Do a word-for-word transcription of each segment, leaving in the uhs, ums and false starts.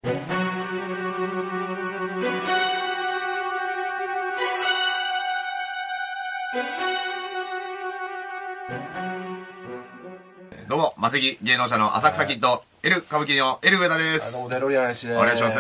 どうも、マセキ芸能者の浅草キッド、L 歌舞伎の L 上田です。 どうも、デロリアン氏です。 お願いします。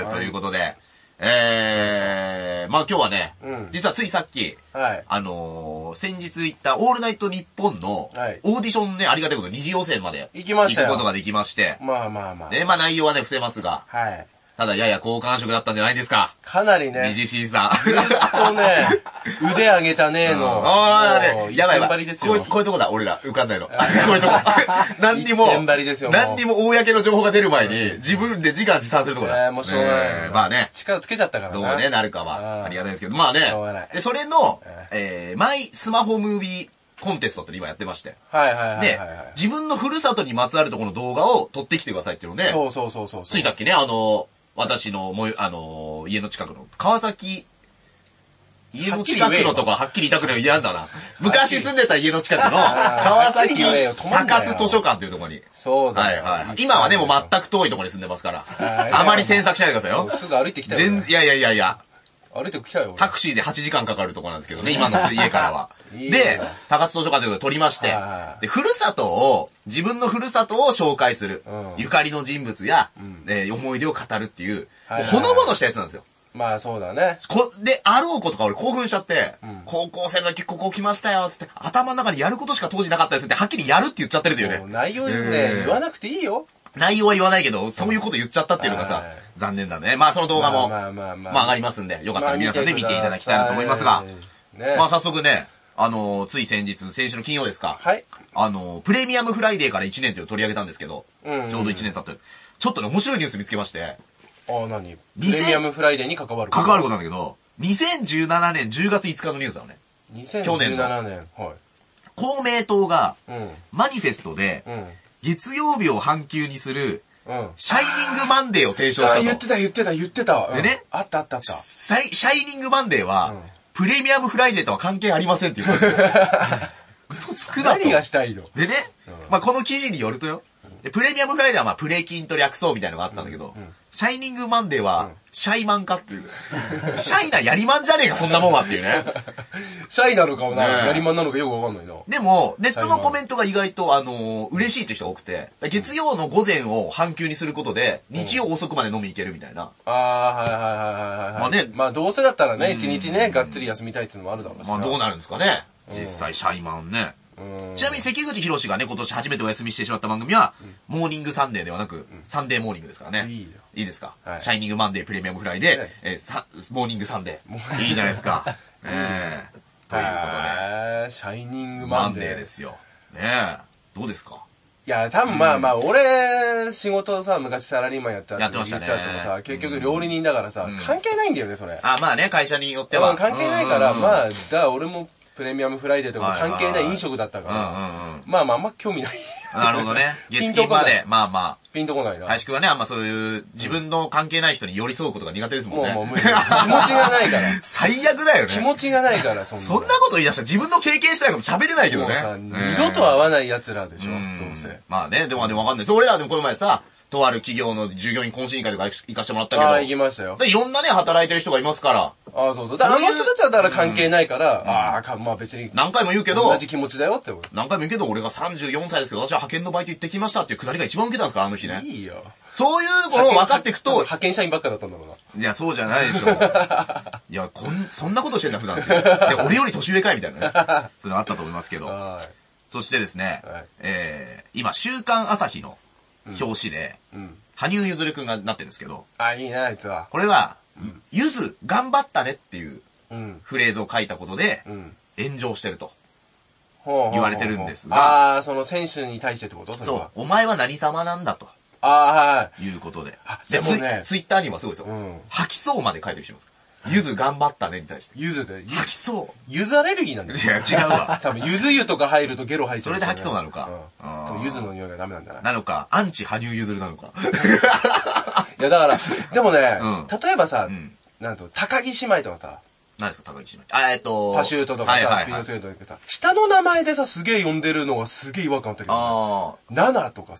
ということで、えー、まあ今日はね、うん、実はついさっき、はい、あのー、先日行ったオールナイトニッポンの、オーディションね、ありがたいこと二次予選まで行きましたよ。行くことができまして、 まあまあまあ。 で、まあ内容はね、伏せますが、はい。ただやや好感触だったんじゃないですか。 かなりね。 二次審査。 ずっとね、腕上げたねの。 ああ、ね、やばいやばい。こういう、こういうとこだ、俺ら。浮かんないの。こういうとこ。何にも、何にも公の情報が出る前に、自分で自画自賛するとこだ。 えー、もうしょうがない。 まあね。 力つけちゃったからね。 どうね、なるかは。ありがたいですけど、まあね。しょうがない。で、それの、えー、マイスマホムービーコンテストって今やってまして。 はいはいはい。 で、自分のふるさとにまつわるところの動画を撮ってきてくださいっていうので、 そうそうそうそう。 ついさっきね、あの、私のもあのー、家の近くの川崎、家の近くのとこははっきり言いたくない嫌なんだな。昔住んでた家の近くの川崎高津図書館というところに。 そうだ。 はいはい。今はね、もう全く遠いところに住んでますから。あまり詮索しないでくださいよ。 すぐ歩いてきたよ。 全然、いやいやいやいや。 歩いてきたよ。 タクシーではちじかんかかるところなんですけどね、今の家からは。で、高津図書館というところを撮りまして、で、ふるさとを、自分のふるさとを紹介する。ゆかりの人物や、思い出を語るっていう、ほのぼのしたやつなんですよ。 まあそうだね。 こ、で、あろうことか俺興奮しちゃって、高校生の時ここ来ましたよ、つって、頭の中にやることしか当時なかったですって、はっきりやるって言っちゃってるというね。 内容ね、言わなくていいよ。 内容は言わないけど、そういうこと言っちゃったっていうのがさ、残念だね。まあその動画も、まあ上がりますんで、よかったら皆さんね、見ていただきたいなと思いますが、まあ早速ね、あの、つい先日、先週の金曜ですか。はい。あの、プレミアムフライデーからいちねんというのを取り上げたんですけど、ちょうどいちねん経ってる。ちょっとね、面白いニュース見つけまして。 ああ、何プレミアムフライデーに関わること関わることなんだけど、にせんじゅうななねんじゅうがついつかのニュースだよね。 にせんじゅうななねん。はい。 公明党が、マニフェストで、月曜日を半休にする、シャイニングマンデーを提唱したと。 言ってた言ってた言ってた。 でね。 あったあったあった。 シャイニングマンデーは、プレミアムフライデーとは関係ありませんって言う嘘つくなと。 何がしたいのでね、まあこの記事によるとよ。でプレミアムフライデーはまあプレキンと略そうみたいなのがあったんだけど、うんうん、シャイニングマンデーは、シャイマンかっていう。シャイなやりまんじゃねえか、そんなもんはっていうね。 シャイなのかもな、ね、やりまんなのかよくわかんないな。 でも、ネットのコメントが意外と、あのー、嬉しいという人が多くて、月曜の午前を半休にすることで、日曜遅くまで飲み行けるみたいな。 ああ、はいはいはいはいはい。まあね。まあどうせだったらね、一日ね、がっつり休みたいっていうのもあるだろうし。 まあどうなるんですかね。実際、シャイマンね。ちなみに関口博がね、今年初めてお休みしてしまった番組は、うん、モーニングサンデーではなく、うん、サンデーモーニングですからね。いいよ。いいですか、はい、シャイニングマンデープレミアムフライデー、えー、モーニングサンデー。いいじゃないですか。えー、ということで。 シャイニングマンデー。 マンデーですよ。ねえ。どうですかいや、多分まあまあ、うん、俺、仕事さ、昔サラリーマンやったやってましたね。 言ったってもさ、結局料理人だからさ、うん、関係ないんだよね、それ。 あ、まあね、会社によっては。 関係ないから、まあ、だから俺も、プレミアムフライデーとか関係ない飲食だったから、まあまああんま興味ない。 なるほどね。月金まで、まあまあ。 ピンとこないな。 林くんはね、あんまそういう自分の関係ない人に寄り添うことが苦手ですもんね。 もうもう無理。気持ちがないから。 最悪だよね。 気持ちがないから、 そんな。そんなこと言い出したら自分の経験してないこと喋れないけどね。 二度と会わない奴らでしょ、どうせ。 まあね、でもでもわかんない。俺らでもこの前さ、とある企業の従業員懇親会とか行かしてもらったけど。 ああ、行きましたよ。 いろんなね、働いてる人がいますから。ああ、そうそう。あの人たちはだから関係ないから、ああ、まあ別に。 何回も言うけど。 同じ気持ちだよって。 何回も言うけど、俺がさんじゅうよんさいですけど、私は派遣のバイト行ってきましたっていうくだりが一番受けたんですから、あの日ね。 いいよ。 そういうのを分かっていくと。 派遣社員ばっかだったんだろうな。いや、そうじゃないでしょ。いや、こん、そんなことしてんだ、普段って。いや、俺より年上かいみたいなね。そういうのあったと思いますけど。そしてですね、えー、今、週刊朝日の表紙で、羽生結弦くんがなってるんですけど。 あ、いいね、あいつは。 これは、ゆず、頑張ったねっていうフレーズを書いたことで、炎上してると。言われてるんですが。 ああ、その選手に対してってこと？ そう。お前は何様なんだと。 ああ、はい。 いうことで。 でもね。 ツイッターにはすごいですよ。吐きそうまで書いてる人います。ゆず頑張ったねに対して。 ゆずで。 吐きそう。 ゆずアレルギーなんだよ。 いや、違うわ。 多分、ゆず湯とか入るとゲロ入っちゃう。 それで吐きそうなのか。 多分、ゆずの匂いがダメなんだな。 なのか、アンチ羽生結弦なのか。 いや、だから、でもね、例えばさ、なんと、高木姉妹とかさ、 何ですか、高木姉妹。あ、えっと、 パシュートとかさ、スピードスケートとかさ、下の名前でさ、すげえ呼んでるのがすげえ違和感あったけど、ナナとかさ、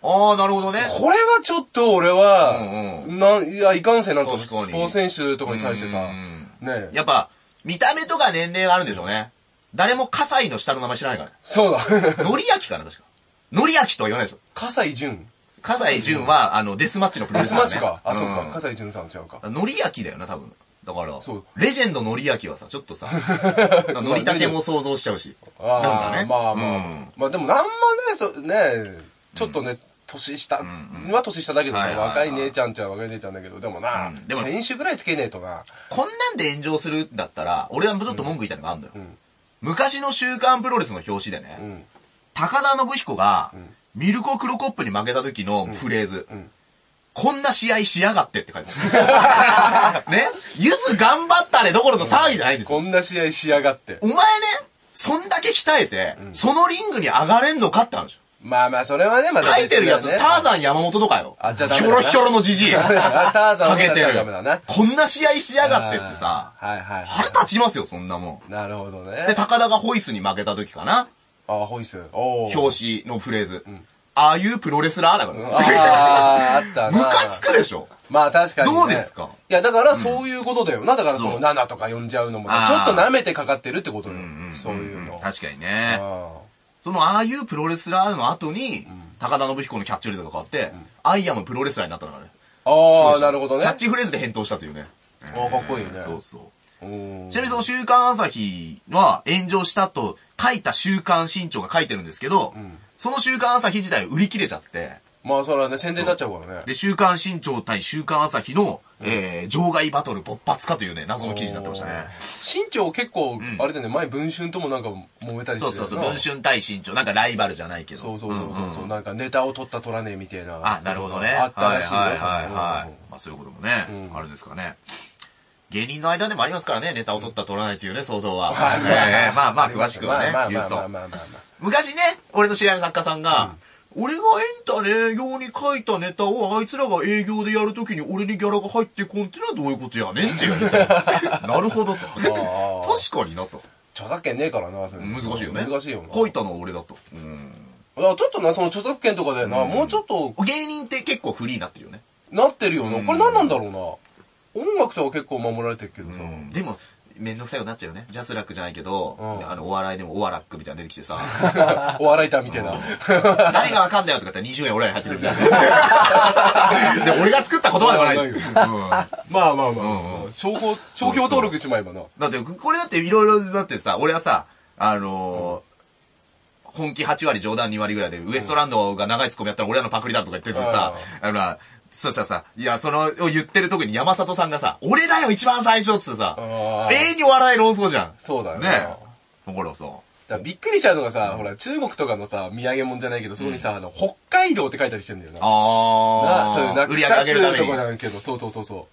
ああ、なるほどね。 これはちょっと俺は、うんうん、なん、いや、いかんせんなんとスポーツ選手とかに対してさ、 うんうん、ねやっぱ、見た目とか年齢があるんでしょうね。誰も葛西の下の名前知らないからね。 そうだ。 のりやきかな、確か。のりやきとは言わないでしょ。 葛西潤。 葛西潤は、あの、デスマッチのプロレスラー、ね。 デスマッチか。あ、うん、そっか。葛西潤さん違うか。 のりやきだよな、多分。だから、レジェンドのりやきはさ、ちょっとさ、のりたけも想像しちゃうし。 なんだね。まあまあ。うん、まあでもなんもね、そね、ちょっとね、うん、年下は年下だけどさ、若い姉ちゃんちゃ若い姉ちゃんだけど、でもな、うん、でも選手ぐらいつけねえとな。 こんなんで炎上するんだったら、俺はちょっと文句言いたいのがあるんだよ。うん、昔の週刊プロレスの表紙でね、うん、高田信彦が、うんミルコ・クロコップに負けた時のフレーズ。うんうん、こんな試合しやがってって書いてある。ねゆず頑張ったねどころの騒ぎじゃないんですよ。 こんな試合しやがって。 お前ね、そんだけ鍛えて、うん、そのリングに上がれんのかって話。 まあまあ、それはね、まだ書いてるやつ、ターザン山本とかよ。 あ、じゃあダメだな。ひょろひょろのじじい。ターザンかけてるよ。こんな試合しやがってってさ、 はいはいはい、 腹立ちますよ、そんなもん。なるほどね。 で、高田がホイスに負けた時かな。 あ、ホイス。 表紙のフレーズ。うんああいうプロレスラーだから。 ああ、あったな。 ムカつくでしょ。 まあ確かに、ね。 どうですかいや、だからそういうことだよな。だからそのななとか呼んじゃうのもさ、ちょっと舐めてかかってるってことよ。そういうの。 確かにね。そのああいうプロレスラーの後に、高田信彦のキャッチフレーズが変わって、アイアムプロレスラーになったからね。 ああ、なるほどね。 キャッチフレーズで返答したというね。 ああ、かっこいいね。 そうそう。ちなみにその週刊朝日は炎上したと書いた週刊新潮が書いてるんですけど、その週刊朝日自体売り切れちゃって。 まあそれはね、宣伝になっちゃうからね。 で、週刊新潮対週刊朝日の、うん、えー、場外バトル勃発かというね、謎の記事になってましたね。 新潮結構、うん、あれだよね、前文春ともなんか揉めたりしてる。 そうそうそう、文春対新潮、なんかライバルじゃないけど。 そうそうそうそう、うんうん、なんかネタを取った取らねえみたいな。 あ、なるほどね。 あったらしいよ。 はいはいはい、はい。まあそういうこともね、うん、あるんですかね。芸人の間でもありますからね、ネタを取った取らないっていうね、騒動は。えー、まあまあ詳しくはね、言うと。昔ね、俺の知り合いの作家さんが、うん、俺がエンタの営業に書いたネタをあいつらが営業でやるときに俺にギャラが入ってこんってのはどういうことやねんって言われて。なるほどと。確かになと。 著作権ねえからな、それ。 難しいよね。 難しいよな。 書いたのは俺だと。うん。 ちょっとな、その著作権とかでな、うん、もうちょっと。 芸人って結構フリーになってるよね。 なってるよな。これ何なんだろうな。音楽とか結構守られてるけどさ。うん、 でも、めんどくさいことになっちゃうよね。ジャスラックじゃないけど、うん、あの、お笑いでもお笑っくみたいなの出てきてさ。 お笑いたみたいな。 何がわかんだよとか言ったらにじゅうえん俺らに入ってくるみたいな。で、俺が作った言葉でもない。うん、まあまあまあ。うんうん、商標、商標登録しまえばな。 だって、これだっていろいろだってさ、俺はさ、あのー、うん、本気はち割冗談に割ぐらいで、ウエストランドが長いツッコミやったら俺らのパクリだとか言ってるけどさ、あの、そしたらさ、いや、その、を言ってる時に山里さんがさ、俺だよ一番最初っつってさ、永遠に笑い論争じゃん。 そうだよね。 ねだからさ。 だびっくりしちゃうのがさ、うん、ほら、中国とかのさ、土産物じゃないけど、そこにさ、うん、あの、北海道って書いたりしてんだよな。 ああ。そういう、なんか、 売り上げ上げるために。 とかなんけど、そうそうそうそう。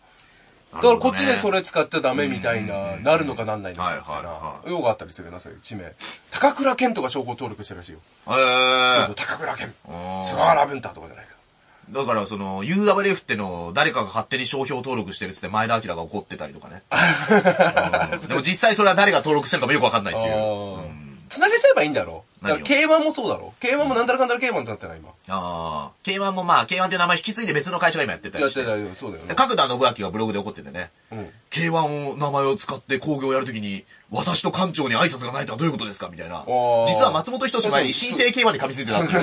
だからこっちでそれ使っちゃダメみたいな、なるのかなんないのかみたいな。よくあったりするな、そういう地名。高倉健とか商標登録してるらしいよ。 へー。 そうそう、高倉健。菅原文太とかじゃないけど。 だから、その、ユーダブリューエフ っての誰かが勝手に商標登録してるっつって前田明が怒ってたりとかね。うん、でも実際それは誰が登録してるかもよくわかんないっていう。 つなげちゃえばいいんだろう。だから ケーワン もそうだろ。ケーワン もなんだらかんだら ケーワン ってなってない今。 ああ。ケーワン もまあ、ケーワン っていう名前引き継いで別の会社が今やってたりして。 やってたよ、そうだよね。 角田信明がブログで怒っててね。うん。ケーワン を名前を使って工業をやるときに、私と館長に挨拶がないとはどういうことですかみたいな。実は松本人志前に新生 ケーワン に噛みついてたっていう。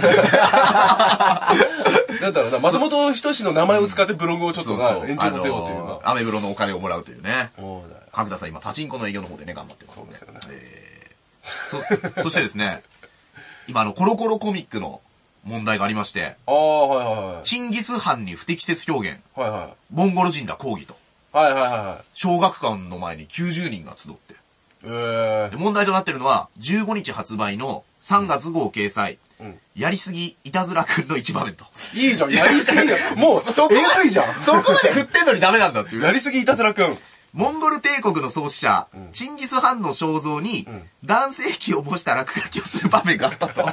なんだろうな、松本人志の名前を使ってブログをちょっとな、延長させようというな。 アメブロのお金をもらうというね。角田さん今パチンコの営業の方でね、頑張ってますね。そうですよね。えーそ、そしてですね、今あの、コロコロコミックの問題がありまして、 ああ、はいはいはい。 チンギス・ハンに不適切表現、 はいはい。 モンゴル人ら抗議と、 はいはいはい。 小学館の前にきゅうじゅうにんが集って、 えー、 で問題となっているのは、じゅうごにち発売のさんがつ号掲載、うん、やりすぎいたずらくんの一場面と。 いいじゃん、やりすぎだよ。もう、そこまでじゃん。 そこまで振ってんのにダメなんだっていう。 やりすぎいたずらくん。 モンゴル帝国の創始者、うん、チンギス・ハンの肖像に、うん、男性器を模した落書きをする場面があったと。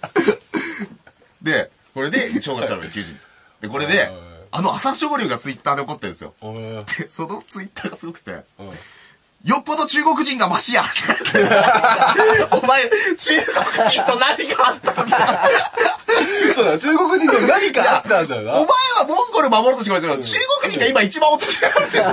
で、これで、小学からのきゅうじゅうにん。で、これで、あの朝青龍がツイッターで怒ってるんですよ。で、そのツイッターがすごくて、よっぽど中国人がマシやお前、中国人と何があったんだそうだ、中国人の何かあったんだよな。 お前はモンゴル守ろうとしてくれてるの、中国人が今一番落としてられてる。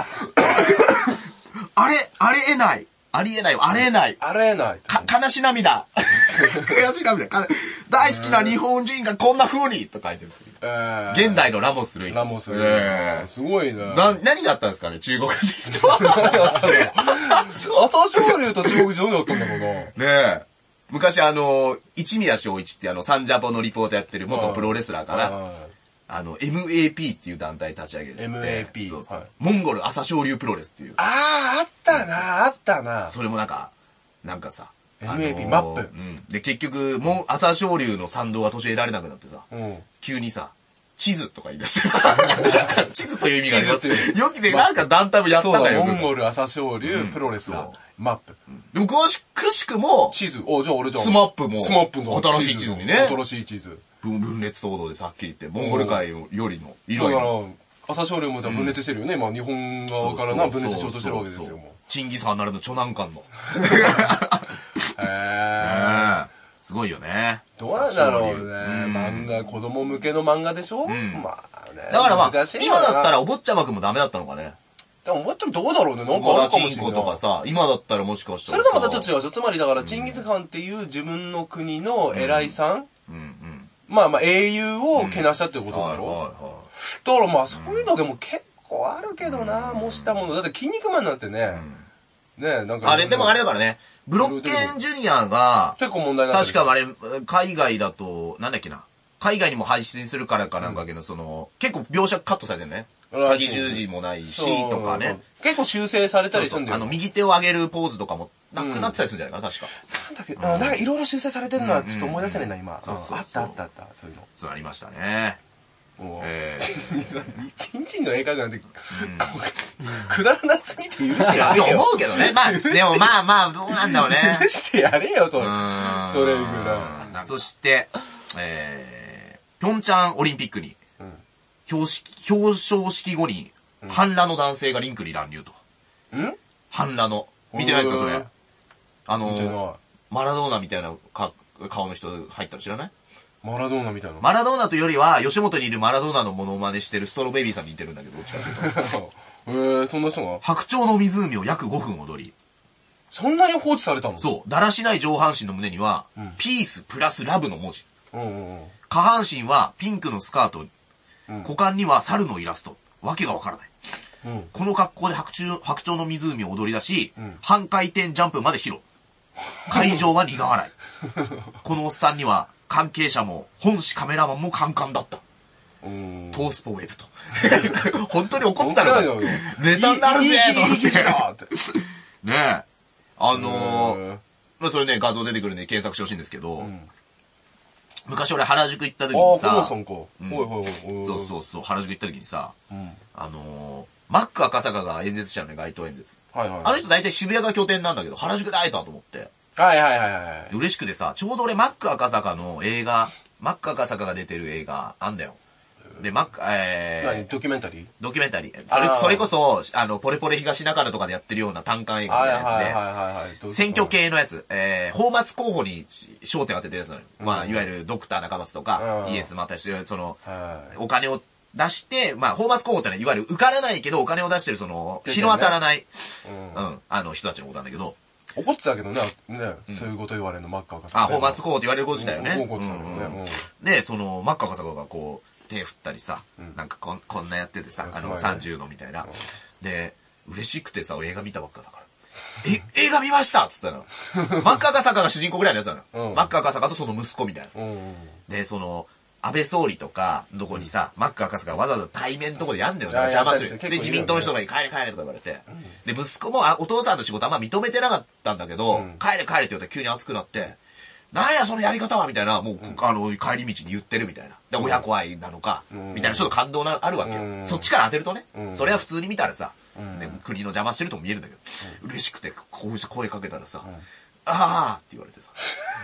あれ、あれえない。ありえない。あれえない。 あれえない。 か、悲し涙。悲し涙。大好きな日本人がこんな風にと書いてる。えー、現代のラモスルイ。 ラモスルイ。えー、すごいね。 な、何があったんですかね、中国人とは。 何があったの？朝青龍と中国人何があったんだろうな。ねえ。昔あの、一宮正一ってあの、サンジャポのリポートやってる元プロレスラーかな。あの、エムエーピー っていう団体立ち上げるんですって。 エムエーピー。 そうそう。はい、モンゴル朝青龍プロレスっていう。 ああ、あったな、あったな。 それもなんか、なんかさ。 エムエーピー、マップ。 うん。で、結局、もう朝青龍の賛同が途中得られなくなってさ、うん、急にさ、地図とか言い出して。地図という意味があります。よきで、なんか団体もやったんだよ。 モンゴル朝青龍プロレスラー。マップ。 でも詳しくしくも、 地図。お、じゃあ俺じゃあ。 スマップも。 スマップの新しい地図にね。 新しい地図。 分裂騒動でさっきり言って、モンゴル界よりの色々。 朝青龍も分裂してるよね。まあ日本側からな分裂しようとしてるわけですよ。 チンギスハンならぬチョナンカンの。へー。すごいよね。 どうなんだろうね。漫画、子供向けの漫画でしょ？まあね。 だからまあ、今だったらお坊ちゃまくんもダメだったのかね。 でも、お坊ちゃまどうだろうね。なんかあるかもしれない。とかさ、今だったらもしかしたら。 それとまたちょっと違うでしょ。つまりだから、チンギスハンっていう自分の国の偉いさん。うんうん。まあまあ英雄をけなしたってことだろ、うん、だからまあそういうのでも結構あるけどな、うん、模したもの。だって筋肉マンなんてね、うん、ねなんか。 あれ、でもあれだからね、ブロッケンジュニアが、 結構問題なんだ確かあれ、海外だと、なんだっけな、海外にも配信するからかなんかけど、うん、その、結構描写カットされてるね。鍵十字もないし、とかね。 結構修正されたりするんだよ。 あの、右手を上げるポーズとかも、なくなってたりするんじゃないかな、確か。 なんだっけ、なんかいろいろ修正されてるのはちょっと思い出せねえな、今。あったあったあった、そういうの。 そうありましたね。 ええ。ちんちんの映画なんて、くだらなすぎて許してやれよ。 と思うけどね。まあ、でもまあまあ、どうなんだろうね。 許してやれよ、それ。それぐらい。そして、えー、ピョンチャンオリンピックに、表彰式後に、半裸の男性がリンクに乱入と。ん半裸の。見てないですか、それ。あの、マラドーナみたいな顔の人入ったの知らない？ マラドーナみたいな。 マラドーナというよりは、吉本にいるマラドーナのモノマネしてるストロベビーさんに似てるんだけど、どっちかというと。 えー、そんな人が白鳥の湖を約ごふん踊り。 そんなに放置されたの？ そう。だらしない上半身の胸には、うん、ピースプラスラブの文字。うんうんうん、下半身はピンクのスカート。うん、股間には猿のイラスト。わけがわからない。うん、この格好で白鳥、白鳥の湖を踊り出し、うん、半回転ジャンプまで披露。会場は苦笑い。このおっさんには関係者も本誌カメラマンもカンカンだった。トースポウェブと。本当に怒ってたのかネタになるぜと思って。ねえ。あのー、まあそれね、画像出てくるんで検索してほしいんですけど、うん、昔俺原宿行った時にさ、 あ、さんか。うん、ほいほいほい。 そうそうそう、原宿行った時にさ、うん、あのー、マック赤坂が演説したよね、街頭演説。はいはい。あの人大体渋谷が拠点なんだけど、原宿で会えたと思って。 はいはいはいはい。 嬉しくてさ、ちょうど俺マック赤坂の映画、マック赤坂が出てる映画、あんだよ。で、マック、えー、何ドキュメンタリードキュメンタリー。それ、それこそ、あの、ポレポレ東中野とかでやってるような単館映画みたいなやつで、はいはいはいはい、選挙系のやつ、えー、泡沫候補に焦点当ててるやつなのよ。うん、まあ、いわゆるドクター中松とか、イエスまたし、その、お金を出して、まあ、泡沫候補ってのは、いわゆる受からないけど、お金を出してる、その、日の当たらない、うん、うん、あの人たちのことなんだけど、 怒ってたけどね、ね、うん、そういうこと言われるの、マッカー赤坂。あ、泡沫候補って言われること自体よね。 怒ってたけどね。 で、その、マッカー赤坂がこう、手振ったりさ、うん、なんかこんこんなやっててさ、あのさんじゅうのみたいな、うん、で嬉しくてさ俺映画見たばっかだからえ映画見ましたっつったのマッカー赤坂が主人公ぐらいのやつなの、うん、マッカー赤坂とその息子みたいな、うんうん、でその安倍総理とかどこにさ、うん、マッカー赤坂がわざわざ対面のとこでやんだよね邪魔するで自民党の人が帰れ帰れとか言われて、うん、で息子もあお父さんの仕事あんま認めてなかったんだけど、うん、帰れ帰れって言ったら急に熱くなってなんやそのやり方はみたいな、もう、うん、あの、帰り道に言ってるみたいな。で、親子愛なのか、うん、みたいな、ちょっと感動があるわけよ、うん。そっちから当てるとね、うん、それは普通に見たらさ、うん、ね、国の邪魔してるとも見えるんだけど、うん、嬉しくて、こうして声かけたらさ、うん、あーって言われてさ、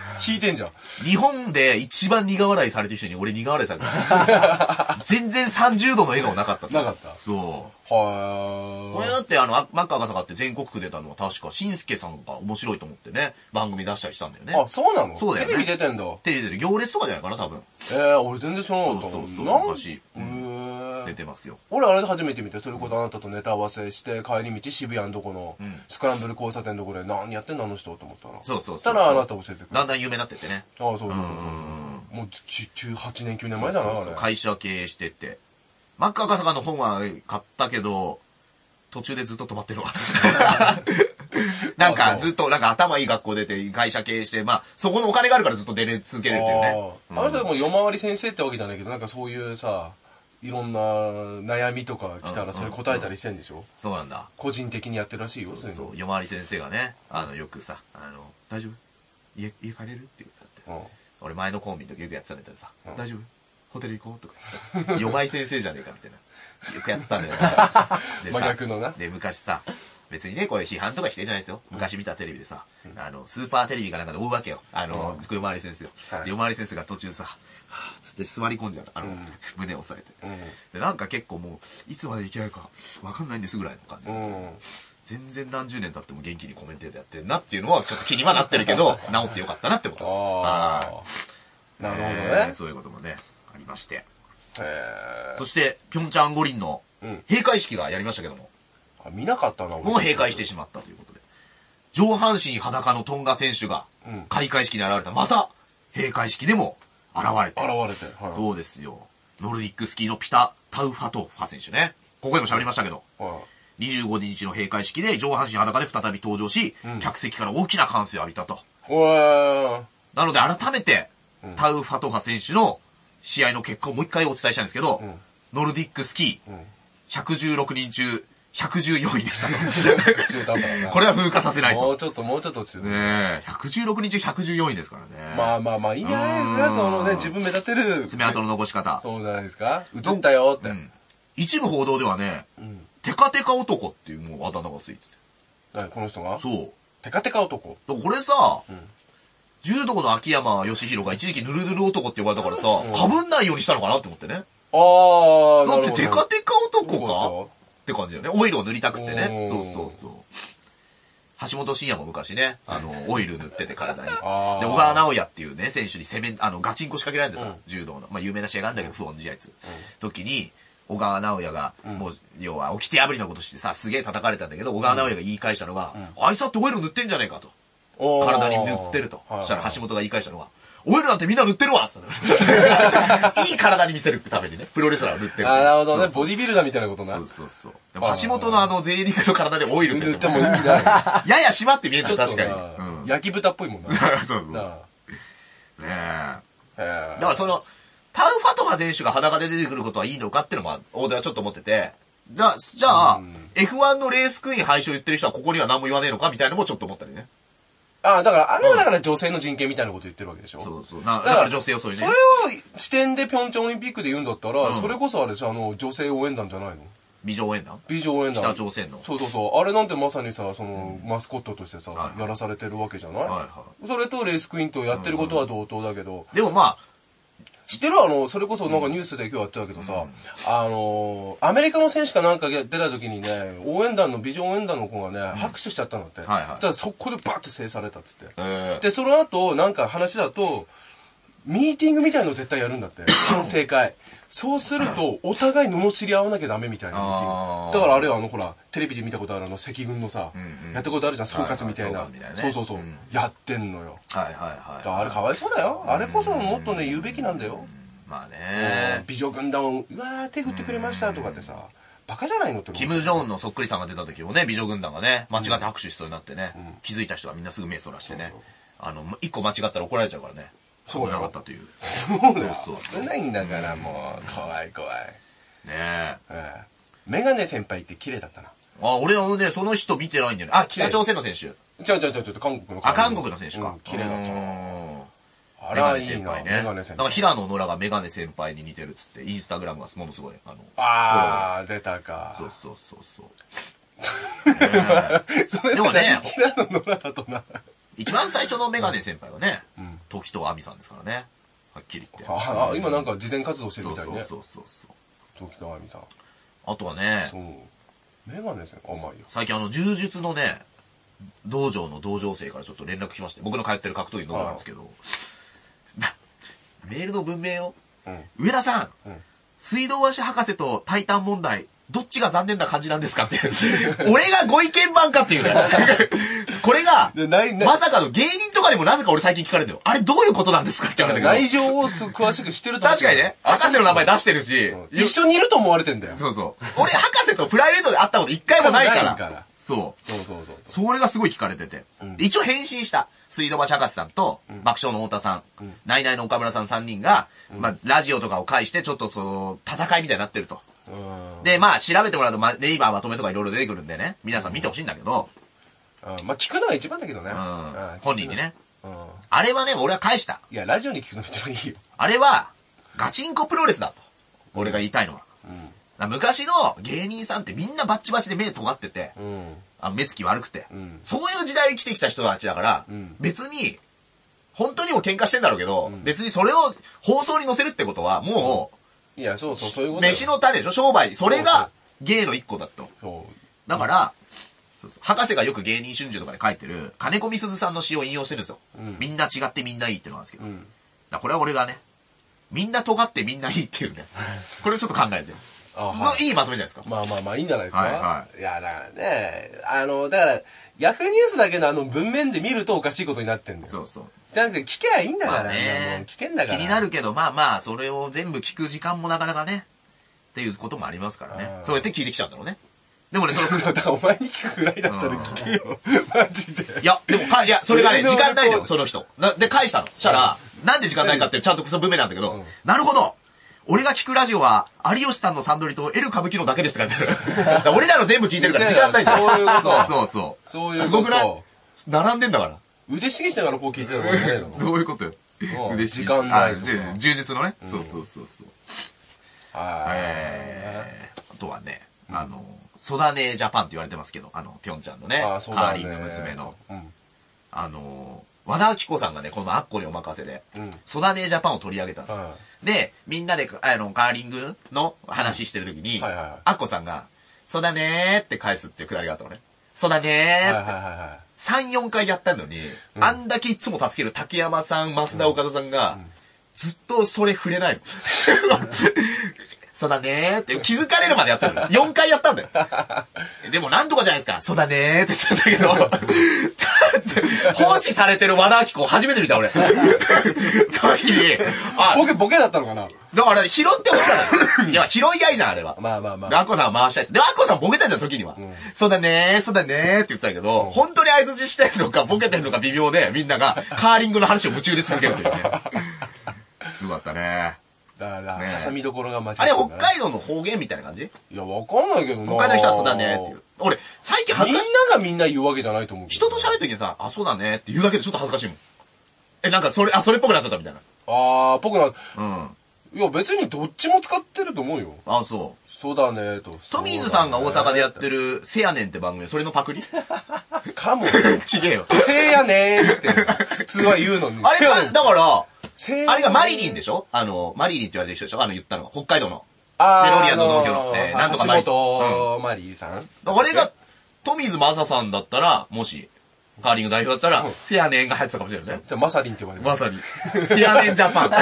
引いてんじゃん。 日本で一番苦笑いされてる人に俺苦笑いされた。全然さんじゅうどの笑顔なかった。 なかった。 そう。 はー。これだってあの、マッカー赤坂って全国区出たのは確か、しんすけさんが面白いと思ってね、番組出したりしたんだよね。 あ、そうなの？ そうだよね。 テレビ出てんだ。 テレビ出てる。行列とかじゃないかな、多分。 えー、俺全然知らなかった。 そうそうそう。昔。 へー。 出てますよ。 俺あれで初めて見て、それこそあなたとネタ合わせして、帰り道渋谷のとこの、スクランブル交差点のところで何やってんのあの人と思ったら。 そうそうそう。 たらあなた教えてくれる。 だんだん有名になってってね。 ああ、そうそうそう。もうじゅうはちねん、きゅうねんまえだな、あれ。 会社経営してって。マッカー赤坂の本は買ったけど、途中でずっと止まってるわ。なんかずっと、なんか頭いい学校出て会社経営して、まあ、そこのお金があるからずっと出れ続けるっていうね。 あれでも夜回り先生ってわけじゃないけど、なんかそういうさ、いろんな悩みとか来たらそれ答えたりしてんでしょ、うんうん、 そうなんだ。 個人的にやってるらしいよ。 そうそう。夜回り先生がね、あの、よくさ、あの、大丈夫家、家帰れるって言ったって。うん、俺前のコンビの時よくやってたんだけどさ、うん、大丈夫ホテル行こうとか言って。夜回り先生じゃねえかみたいな。よくやってたんだよね。で真逆のな。 で、昔さ、別にね、これ批判とか否定じゃないですよ。昔見たテレビでさ、うん、あの、スーパーテレビかなんかで追うわけよ。あの、うん、夜回り先生を。はい、で、夜回り先生が途中さ、はぁ、つって座り込んじゃう。あの、うん、胸を押さえて、うん。で、なんか結構もう、いつまで生きられるかわかんないんですぐらいの感じ。うん、全然何十年経っても元気にコメンテーターやってるなっていうのはちょっと気にはなってるけど、治ってよかったなってことです。ああ。なるほどね、 えー。そういうこともね、ありまして。そして、ピョンチャン五輪の閉会式がやりましたけども。 うん、あ、見なかったな、 もう閉会してしまったということで。上半身裸のトンガ選手が開会式に現れた。また、閉会式でも現れて。 現れて。 はい、そうですよ。ノルディックスキーのピタ・タウファトファ選手ね。ここでも喋りましたけど。はい、にじゅうごにちの閉会式で上半身裸で再び登場し、うん、客席から大きな歓声を浴びたと。なので改めて、うん、タウファトファ選手の試合の結果をもう一回お伝えしたいんですけど、うん、ノルディックスキー、うん、ひゃくじゅうろくにん中ひゃくじゅうよんいでしたと。これは風化させないと。 もうちょっともうちょっと落ちてる。ねえ、ひゃくじゅうろくにん中ひゃくじゅうよんいですからね。 まあまあまあいいんじゃないですか、そのね、自分目立てる。 爪痕の残し方。 そうじゃないですか。映ったよって。うん、 一部報道ではね、うん、テカテカ男っていうもうあだ名がついてて。 何この人が？ そう。 テカテカ男。 これさ、うん、柔道の秋山義弘が一時期ヌルヌル男って呼ばれたからさ、かぶんないようにしたのかなって思ってね。 ああ、 だってテカテカ男かって感じだよね。オイルを塗りたくってね。そうそうそう。橋本真也も昔ね、あの、オイル塗ってて体に。で、小川直也っていうね、選手に攻め、あの、ガチンコ仕掛けられるんですよ。うん、柔道の。まあ、有名な試合があるんだけど、不穏試合つ。うん、時に、小川直也が、もう、要は、掟破りのことしてさ、すげえ叩かれたんだけど、小川直也が言い返したのが、うん、あいつだってオイル塗ってんじゃねえかと。体に塗ってると。そしたら橋本が言い返したのが、オイルなんてみんな塗ってるわつっていい体に見せるためにね、プロレスラーを塗ってる。 あ、なるほどね。ボディビルダーみたいなことな。 そうそうそう。でも橋本のあの、ゼリーの体でオイル塗っても意味ない。 やや締まって見える確かに。 焼き豚っぽいもんな。 そうそう。ねえ。だからその、タウファトファ選手が裸で出てくることはいいのかっていうのも、大手はちょっと思ってて、じゃあ、じゃあ、エフワン のレースクイーン廃止を言ってる人はここには何も言わねえのかみたいなのもちょっと思ったりね。 ああ、だから、あれはだから女性の人権みたいなこと言ってるわけでしょ。 そうそう。だから女性をそういうね。 それを視点でピョンチャンオリンピックで言うんだったら、うん、それこそあれじゃあの、女性応援団じゃないの？ 美女応援団？ 美女応援団。 北朝鮮の。 そうそうそう。あれなんてまさにさ、その、うん、マスコットとしてさ、はいはい、やらされてるわけじゃない？はいはい。それとレースクイーンとやってることは同等だけど。 でもまあ、 知ってるあの、それこそなんかニュースで今日やってたけどさ、うん、あのー、アメリカの選手かなんか出た時にね、応援団の、美女応援団の子がね、うん、拍手しちゃったんだって。はいはい。だからそこでバッて制されたっつって。で、その後、なんか話だと、ミーティングみたいの絶対やるんだって。反省会。そうすると、お互い罵り合わなきゃダメみたいなミーティング。だからあれはあの、ほら、テレビで見たことあるあの、赤軍のさ、うんうん、やったことあるじゃん、総括みたいな。はいはい、そうそうそう、うん。やってんのよ。 はいはいはい。 だあれかわいそうだよ。あれこそもっとね、言うべきなんだよ。 まあね、 美女軍団を、うわー、手振ってくれましたとかってさ、バカじゃないのって。 キム・ジョンのそっくりさんが出た時もね、美女軍団がね、間違って拍手しそうになってね、うん、気づいた人はみんなすぐ目そらしてね、そうそうあの、一個間違ったら怒られちゃうからね。そうなかったという。 そうだよ。そうそう。危ないんだから、もう、怖い怖い。 ねえ。メガネ先輩って綺麗だったな。 あ、俺はね、その人見てないんだよね。あ、北朝鮮の選手。 ちゃうちゃうちゃうちゃう、韓国の。 あ、韓国の選手か。 綺麗だったな。あメガネ先輩ね。メガネ先輩。だから平野ノラがメガネ先輩に似てるっつって、インスタグラムがものすごい、あの。 あー、出たか。 そうそうそうそう。でもね、 平野ノラだとな。 一番最初のメガネ先輩はね、 時と亜美さんですからね。はっきり言って。 ああ、今なんか慈善活動してるみたいね。 そうそうそうそう。時と亜美さん。 あとはね、 そう。メガネですね。あ、まあいいよ。 最近あの、柔術のね、道場の道場生からちょっと連絡来まして、僕の通ってる格闘技の道場なんですけど、メールの文明を、うん、上田さん、うん、水道橋博士とタイタン問題、どっちが残念な感じなんですかって。俺がご意見番かっていうね。これが、まさかの芸人とかにもなぜか俺最近聞かれてる。あれどういうことなんですかって言われたけど。 内情を詳しく知ってると思う。 確かにね。博士の名前出してるし、 うん。一緒にいると思われてんだよ。 そうそう。俺博士とプライベートで会ったこと一回もないから。ないから。 そう。そうそうそうそう。それがすごい聞かれてて。うん、一応返信した。水道橋博士さんと、うん、爆笑の太田さん、うん、ナイナイの岡村さんさんにんが、うん、まあ、ラジオとかを介して、ちょっとその、戦いみたいになってると。で、まあ、調べてもらうと、ま、ネイバーまとめとかいろいろ出てくるんでね、皆さん見てほしいんだけど。 うん、まあ、聞くのが一番だけどね。 うん、本人にね。うん、あれはね、俺は返した。 いや、ラジオに聞くのが一番いいよ。 あれは、ガチンコプロレスだと。俺が言いたいのは。うん、昔の芸人さんってみんなバッチバチで目尖ってて、うん、あの目つき悪くて、うん、そういう時代を生きてきた人たちだから、うん、別に、本当にも喧嘩してんだろうけど、うん、別にそれを放送に載せるってことは、もう、 いや、そうそう、そういうこと。 飯の種でしょ商売。それが芸の一個だと。だから、そうそう、博士がよく芸人春秋とかで書いてる、金子みすずさんの詩を引用してるんですよ。うん、みんな違ってみんないいっていうのなんですけど。うん、だこれは俺がね、みんな尖ってみんないいっていうね。これをちょっと考えてる。はい、いいまとめじゃないですか。 まあまあまあいいんじゃないですか。はいはい。いや、だからね、あの、だから、ヤフーニュースだけのあの文面で見るとおかしいことになってんだよ。そうそう。じゃなくて聞けばいいんだから、まあね、もう聞けんだから。 気になるけど、まあまあ、それを全部聞く時間もなかなかね、っていうこともありますからね。そうやって聞いてきちゃうんだろうね。でもね、その、 だからお前に聞くぐらいだったら聞けよ。マジで。 いや、でもか、いや、それがね、時間ないのよ、その人。で、返したの。したら、なんで時間ないかってちゃんとその文面なんだけど、なるほど俺が聞くラジオは、有吉さんのサンドリとエル歌舞伎のだけですから。俺らの全部聞いてるから時間ないじゃん。そういうこと。そうそうそう。そういうこと。すごくない並んでんだから。 腕しげしながらこう聞いてたのじゃないのどういうことよ。 腕しげ。時間ない。 充実のね。そうそうそうそう。えー、あとはね、あの、ソダネージャパンって言われてますけど、あの、ぴょんちゃんのね、カーリング娘。の、あの、和田アキ子さんがね、このアッコにお任せで、ソダネージャパンを取り上げたんですよ。で、みんなで、あの、カーリングの話してる時に、アッコさんが、そうだねーって返すっていうくだりがあったのね。そうだねーって。さん、よんかいやったのに、うん、あんだけいつも助ける竹山さん、増田岡田さんが、うん、ずっとそれ触れないの。そうだねーって気づかれるまでやったの。よんかいやったんだよ。でもなんとかじゃないですか。そうだねーって言ってたけど、放置されてる和田アキ子初めて見た俺。時に、 あ、ボケ、ボケだったのかなだから拾ってほしかった。いや、拾い合いじゃん、あれは。 まあまあまあ。 アッコさんは回したいです。で、アッコさんボケたんじゃん、時には。うん、そうだねー、そうだねーって言ったけど、うん、本当に相槌してんのか、ボケてんのか微妙で、みんながカーリングの話を夢中で続けるというね。すごかったね。 だから、ね、挟みどころが間違ってあれ、北海道の方言みたいな感じいや、わかんないけどな。 北海道の人はそうだねっていう。俺、最近恥ずかしい。 みんながみんな言うわけじゃないと思うけど。人と喋るときにさ、あ、そうだねって言うだけでちょっと恥ずかしいもん。え、なんかそれ、あ、それっぽくなっちゃったみたいな。 あー、ぽくな、うん。いや、別にどっちも使ってると思うよ。 あ、そう。 そうだねと。 トミーズさんが大阪でやってる、せやねんって番組、それのパクリかも。 ちげえよ。 せやねーって、普通は言うのに。 あれは、だから、あれがマリリンでしょあの、マリリンって言われてる人でしょあの言ったのは。北海道の。メロリアンの農業の。えー、なんとかマリリン。 橋本マリーさん。 あれが、トミーズマサさんだったら、もし、カーリング代表だったら、せやねんが入ってたかもしれないね。 じゃあ、マサリンって呼ばれる。 マサリン。せやねんジャパン。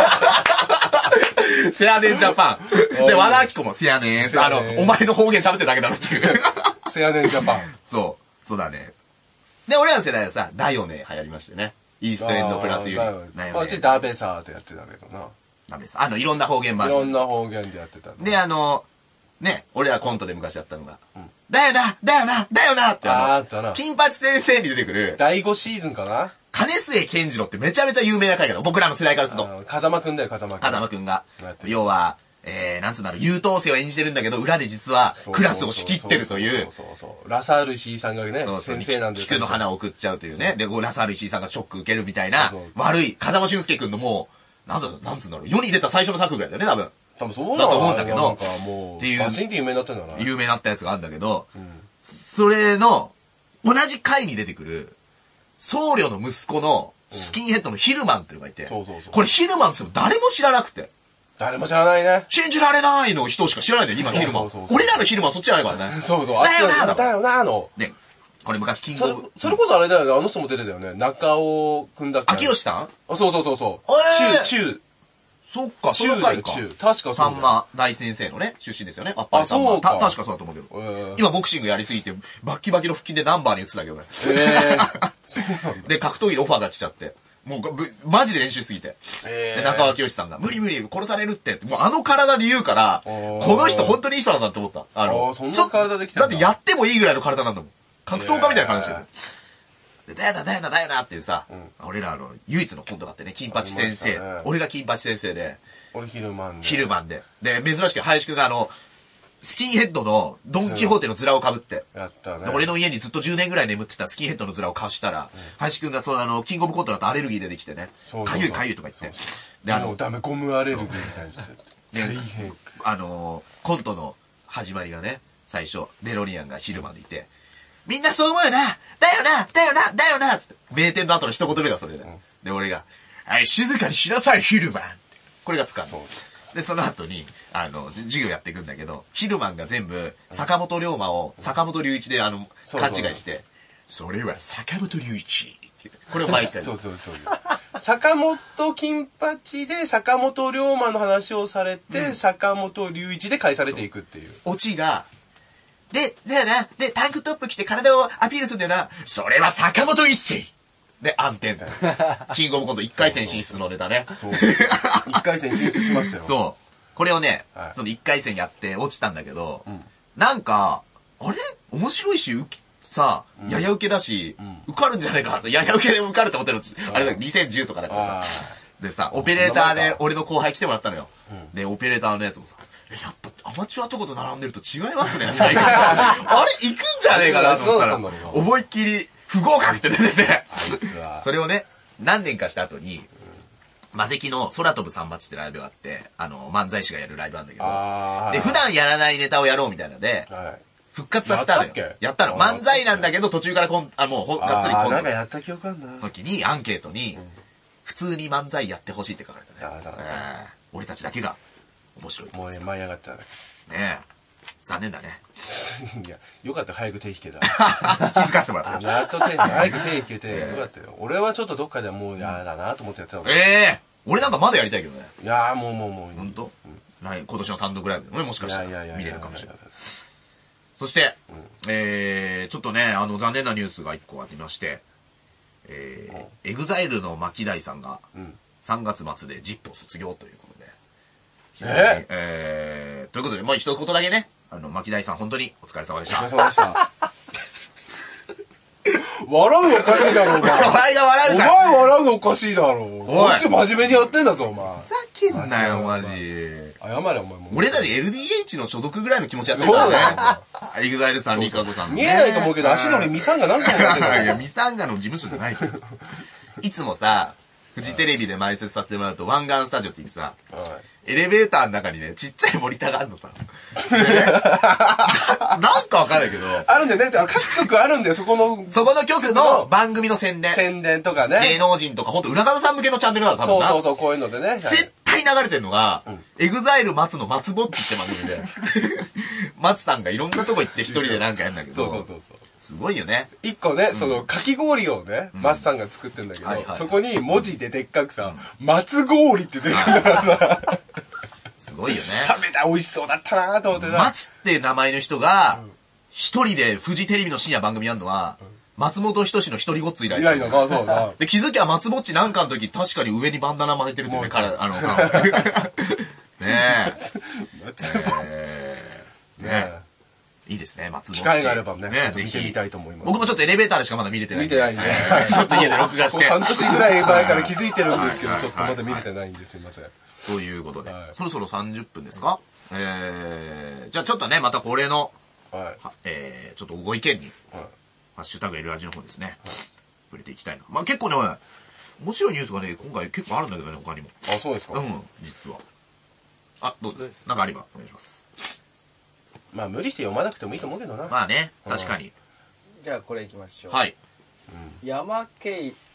せやねんジャパン。で、和田アキ子もせやねん。あの、お前の方言喋ってるだけだろっていう。 せやねんジャパン。 そう。そうだね。で、俺らの世代はさ、だよね、流行りましてね。イーストエンドプラスユリ。 だよね。うちダベサーってやってたけどな。 ダベサー。あの、いろんな方言版。 いろんな方言でやってた。 で、あの、ね、俺らコントで昔やったのが、うん、だよな、だよな、だよなってあの、あったな。金八先生に出てくる。 だいごシーズンかな金末健次郎ってめちゃめちゃ有名な回から僕らの世代からすると。 風間くんだよ、風間くん。 風間くんが。要は、えー、なんつうんだろう、優等生を演じてるんだけど、裏で実はクラスを仕切ってるという。 そうそうそう。ラサール石井さんがね、そうそう先生なんです菊の花を送っちゃうというね。で、ラサール石井さんがショック受けるみたいな、悪い、風間俊介くんのもう、なんつう、なんつうんだろう、世に出た最初の作ぐらいだよね、多分。 多分そうだと思うんだけど、 なんかもう、っていう。バチンって有名になったんだな。 有名になったやつがあるんだけど、うん、それの、同じ回に出てくる、僧侶の息子のスキンヘッドのヒルマンっていうのがいて、そうそうそう。これヒルマンって誰も知らなくて。 誰も知らないね。 信じられないの人しか知らないんだよ、今ヒルマン。俺らのヒルマンそっちじゃないからね。 そうそう。 だよなだよなの。 ね。これ昔キングオブ。 それこそあれだよね、あの人も出てたよね。中尾くんだっけ。 秋吉さんあ、そうそうそうそう。チュー、チュー。 そっか、その回か。 確かそう。 さんま大先生のね、出身ですよね。あ、そうか。確かそうだと思うけど。今ボクシングやりすぎて、バッキバキの腹筋でナンバーに移ってたけどね。えー、で、格闘技のオファーが来ちゃって。もう、マジで練習しすぎて。えー、で、中尾清さんが、無理無理、殺されるって。もうあの体で言うから、この人本当にいい人なんだって思った。あの、 そんな体できただってやってもいいぐらいの体なんだもん。格闘家みたいな感じしてて。だよな、だよな、だよなっていうさ、俺らの唯一のコントがあってね、金八先生。俺が金八先生で。 俺ヒルマンで。 ヒルマンで。で、珍しく林くんがあの、スキンヘッドのドンキホーテの面を被って。 やったね。 俺の家にずっとじゅうねんぐらい眠ってたスキンヘッドの面を貸したら、うん、林くんがそのあの、キングオブコントだとアレルギー出てきてね。かゆいかゆいとか言って。 で、あの、ダメ、ゴムアレルギーみたいにして。大変。 あの、コントの始まりがね、最初、デロリアンがヒルマンでいて、みんなそう思うよなだよなだよなだよなつって。名店の後の一言目がそれで。うん、で、俺が、はい、静かにしなさい、ヒルマンこれが使うの。で、その後に、あの、授業やっていくんだけど、ヒルマンが全部、坂本龍馬を坂本龍一で、あの、勘違いして、それは坂本龍一これを前に言ったそうそうそう。坂本金八で坂本龍馬の話をされて、うん、坂本龍一で返されていくっていう。 オチが、で、だよな、で、タンクトップ着て体をアピールするんだよな、それは坂本一世で、暗転。キングオブコントいっかい戦進出のネタね。そう。いっかい戦進出しましたよ。 そう。これをね、はい、そのいっかい戦やって落ちたんだけど、うん、なんか、あれ面白いし、さ、うん、やや受けだし、うん、受かるんじゃないかな。やや受けで受かると思ってるの、あれだ、にせんじゅうとかだからさ。でさ、オペレーターで俺の後輩来てもらったのよ。うん、で、オペレーターのやつもさ、やっぱアマチュアとこと並んでると違いますね。あれ行くんじゃねえかなと思ったら、思いっきり不合格って出てて、それをね、何年かした後に、マセキの空飛ぶサンバチってライブがあって、あの、漫才師がやるライブなんだけど、で、普段やらないネタをやろうみたいなので、はい、復活させたのよ。や, やったの。漫才なんだけど、途中からこん、あ、もう、がっつりコント。 なんかやった記憶あんな。 時に、アンケートに、うん、普通に漫才やってほしいって書かれたね。えー、俺たちだけが面白い。 もう舞い上がっちゃうね。 ねえ。残念だね。 いや、よかった、早く手引けた。 気づかせてもらった。 やっと手、早く手引けて、よかったよ。俺はちょっとどっかでもう嫌だなと思ってやってたの。 ええー、俺なんかまだやりたいけどね。 いやー、もうもうもう。 ほんと、うん、今年の単独ライブでもね、もしかしたら見れるかもしれない。そして、うん、えー、ちょっとね、あの、残念なニュースが一個ありまして、えー、エグザイルの牧大さんが、さんがつ末でジップを卒業ということで。ええー、ということで、もう一言だけね、あの、牧大さん本当にお疲れ様でした。 お疲れ様でした。笑うのおかしいだろ、お前。 お前が笑うから。お前笑うのおかしいだろ。こっち真面目にやってんだぞ、お前。 ふざけんなよ、マジ。 謝れ、お前も。 俺たち エルディーエイチ の所属ぐらいの気持ちやってるからね。エグザイルさん、リカゴさん。 見えないと思うけど、足のりミサンガ何回もやってる。 いや、ミサンガの事務所じゃないけど。いつもさ、フジテレビで埋設させてもらうと、湾岸スタジオって言ってさ、エレベーターの中にね、ちっちゃいモニターがあるのさ。なんかわかんないけど。 あるんだよね。各局あるんだよ、そこの。 そこの局の番組の宣伝。 宣伝とかね。 芸能人とか、ほんと裏方さん向けのチャンネルだろ、多分な。 そうそうそう、こういうのでね。 絶対流れてるのが、エグザイル松の松ぼっちって番組で。松さんがいろんなとこ行って一人でなんかやんだけど。そうそうそうそう。すごいよね。 一個ね、その、かき氷をね、松さんが作ってんだけど、そこに文字ででっかくさ、松氷って出てるんだからさ。 すごいよね。 食べたら美味しそうだったなと思ってさ。 松って名前の人が、一人でフジテレビの深夜番組やるのは、松本人志の一人ごっつ以来。 以来だな、そうだ。 で、気づきゃ松ぼっちなんかの時、確かに上にバンダナ巻いてるってね、から、あの、ねえ。松ぼっち。ねえ。いいですね、松ぼっち。 機会があればね、ねぜひ見てみたいと思います。 僕もちょっとエレベーターでしかまだ見れてない。 見てないんで。 ちょっと家で録画して。 半年ぐらい前から気づいてるんですけど、ちょっとまだ見れてないんですいません。 ということで、そろそろさんじゅっぷんですか？えー、じゃあちょっとね、また恒例の、えー、ちょっとご意見に、ハッシュタグエルラジの方ですね、触れていきたいな。まあ結構ね、面白いニュースがね、今回結構あるんだけどね、他にも。 あ、そうですか？ うん、実は。あ、どうぞ。なんかあればお願いします。 まあ無理して読まなくてもいいと思うけどな。 まあね、確かに。 じゃあこれいきましょう。 はい。 山ケイアッ